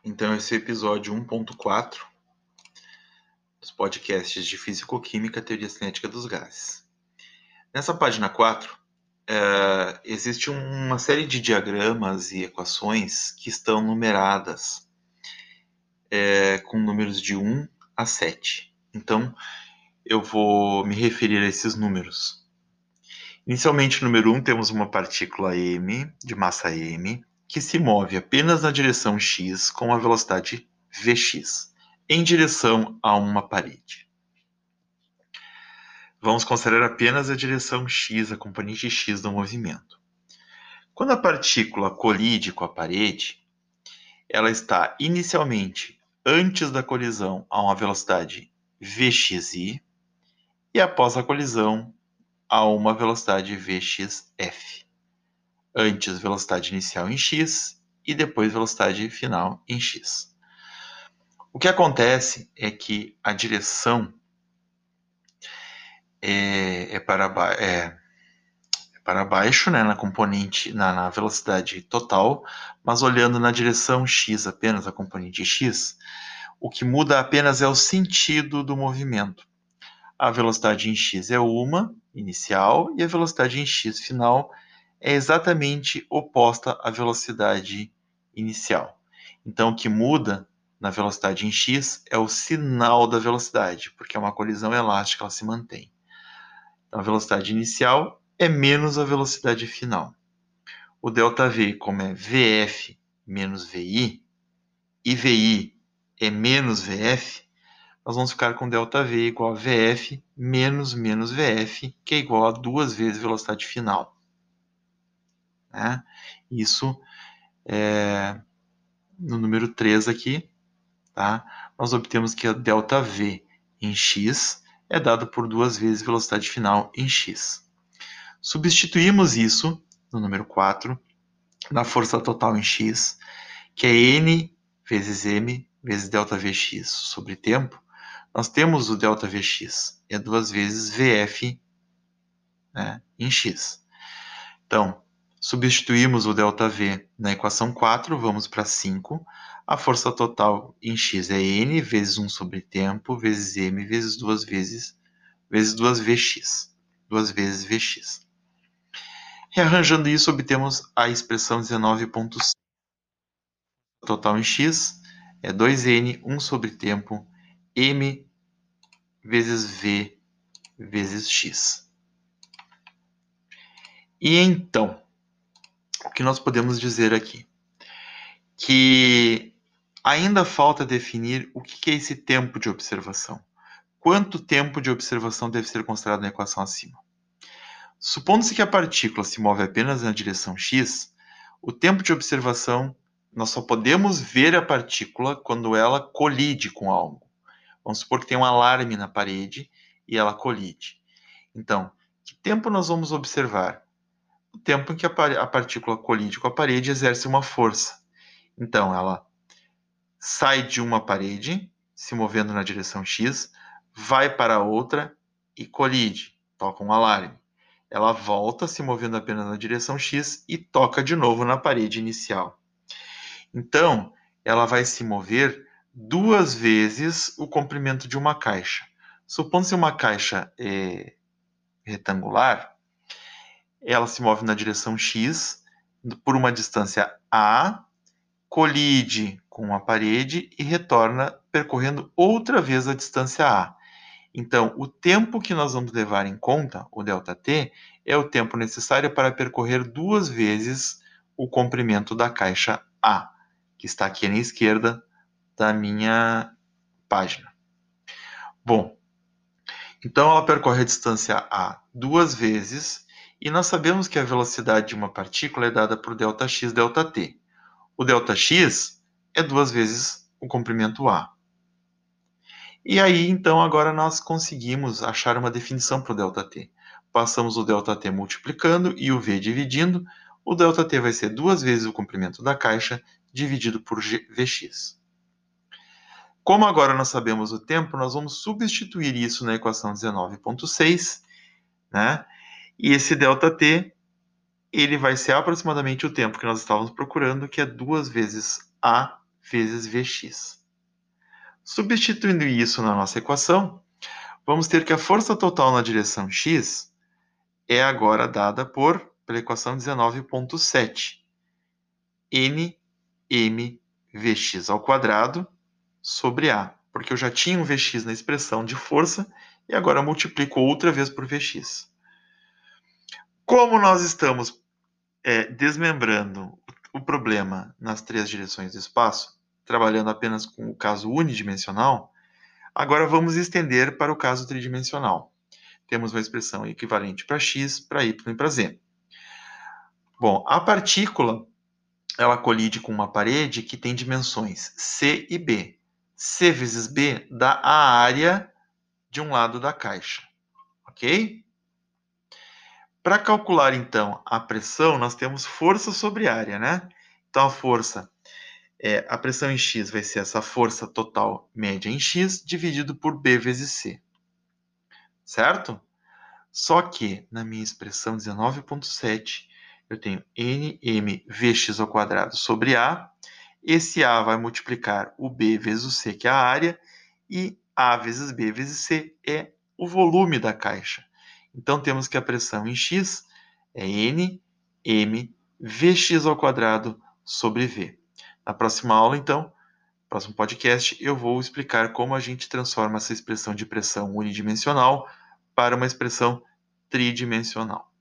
Então, esse é o episódio 1.4 dos podcasts de Físico-Química, Teoria Cinética dos Gases. Nessa página 4, existe uma série de diagramas e equações que estão numeradas com números de 1 a 7. Então, eu vou me referir a esses números. Inicialmente, no número 1, temos uma partícula m, de massa m, que se move apenas na direção x com a velocidade vx, em direção a uma parede. Vamos considerar apenas a direção x, a componente x do movimento. Quando a partícula colide com a parede, ela está inicialmente, antes da colisão, a uma velocidade vxi e após a colisão a uma velocidade vxf. Antes velocidade inicial em x e depois velocidade final em x. O que acontece é que a direção é para baixo, né, na componente, na velocidade total, mas olhando na direção x apenas, a componente x, o que muda apenas é o sentido do movimento. A velocidade em x é uma inicial e a velocidade em x final é exatamente oposta à velocidade inicial. Então, o que muda na velocidade em x é o sinal da velocidade, porque é uma colisão elástica, ela se mantém. Então, a velocidade inicial é menos a velocidade final. O ΔV, como é VF menos VI, e VI é menos VF, nós vamos ficar com ΔV igual a VF menos VF, que é igual a 2 vezes a velocidade final. Né? Isso é no número 3 aqui, tá? Nós obtemos que a ΔV em x é dado por 2 vezes a velocidade final em x. Substituímos isso no número 4 na força total em x, que é n vezes m vezes ΔVx sobre tempo. Nós temos o ΔVx, é 2 vezes VF, né, em x. Então, substituímos o ΔV na equação 4, vamos para 5. A força total em x é n vezes 1 sobre tempo vezes m vezes 2 vezes 2 Vx. 2 vezes Vx. Rearranjando isso, obtemos a expressão 19,5. Total em x é 2n, 1 sobre tempo, m vezes v vezes x. E então, o que nós podemos dizer aqui? Que ainda falta definir o que é esse tempo de observação. Quanto tempo de observação deve ser considerado na equação acima? Supondo-se que a partícula se move apenas na direção x, o tempo de observação, nós só podemos ver a partícula quando ela colide com algo. Vamos supor que tem um alarme na parede e ela colide. Então, que tempo nós vamos observar? O tempo em que a partícula colide com a parede e exerce uma força. Então, ela sai de uma parede, se movendo na direção x, vai para outra e colide, toca um alarme. Ela volta, se movendo apenas na direção x, e toca de novo na parede inicial. Então, ela vai se mover 2 vezes o comprimento de uma caixa. Supondo-se uma caixa retangular, ela se move na direção x por uma distância a, colide com a parede e retorna percorrendo outra vez a distância a. Então, o tempo que nós vamos levar em conta, o ΔT, é o tempo necessário para percorrer 2 vezes o comprimento da caixa A, que está aqui na esquerda da minha página. Bom, então ela percorre a distância A 2 vezes e nós sabemos que a velocidade de uma partícula é dada por ΔX, ΔT. O ΔX é 2 vezes o comprimento A. E aí, então, agora nós conseguimos achar uma definição para o ΔT. Passamos o ΔT multiplicando e o V dividindo. O ΔT vai ser 2 vezes o comprimento da caixa dividido por Vx. Como agora nós sabemos o tempo, nós vamos substituir isso na equação 19,6, né? E esse ΔT, ele vai ser aproximadamente o tempo que nós estávamos procurando, que é 2 vezes A vezes Vx. Substituindo isso na nossa equação, vamos ter que a força total na direção x é agora dada pela equação 19.7, nmvx ao quadrado sobre A, porque eu já tinha um Vx na expressão de força e agora eu multiplico outra vez por Vx. Como nós estamos desmembrando o problema nas três direções do espaço, trabalhando apenas com o caso unidimensional, agora vamos estender para o caso tridimensional. Temos uma expressão equivalente para x, para y e para z. Bom, a partícula ela colide com uma parede que tem dimensões c e b. C vezes b dá a área de um lado da caixa, ok? Para calcular, então, a pressão, nós temos força sobre área, né? Então, a pressão em X vai ser essa força total média em X dividido por B vezes C, certo? Só que, na minha expressão 19.7, eu tenho nmvx ao quadrado sobre A. Esse A vai multiplicar o B vezes o C, que é a área, e A vezes B vezes C é o volume da caixa. Então, temos que a pressão em X é N, M, Vx ao quadrado sobre V. Na próxima aula, então, no próximo podcast, eu vou explicar como a gente transforma essa expressão de pressão unidimensional para uma expressão tridimensional.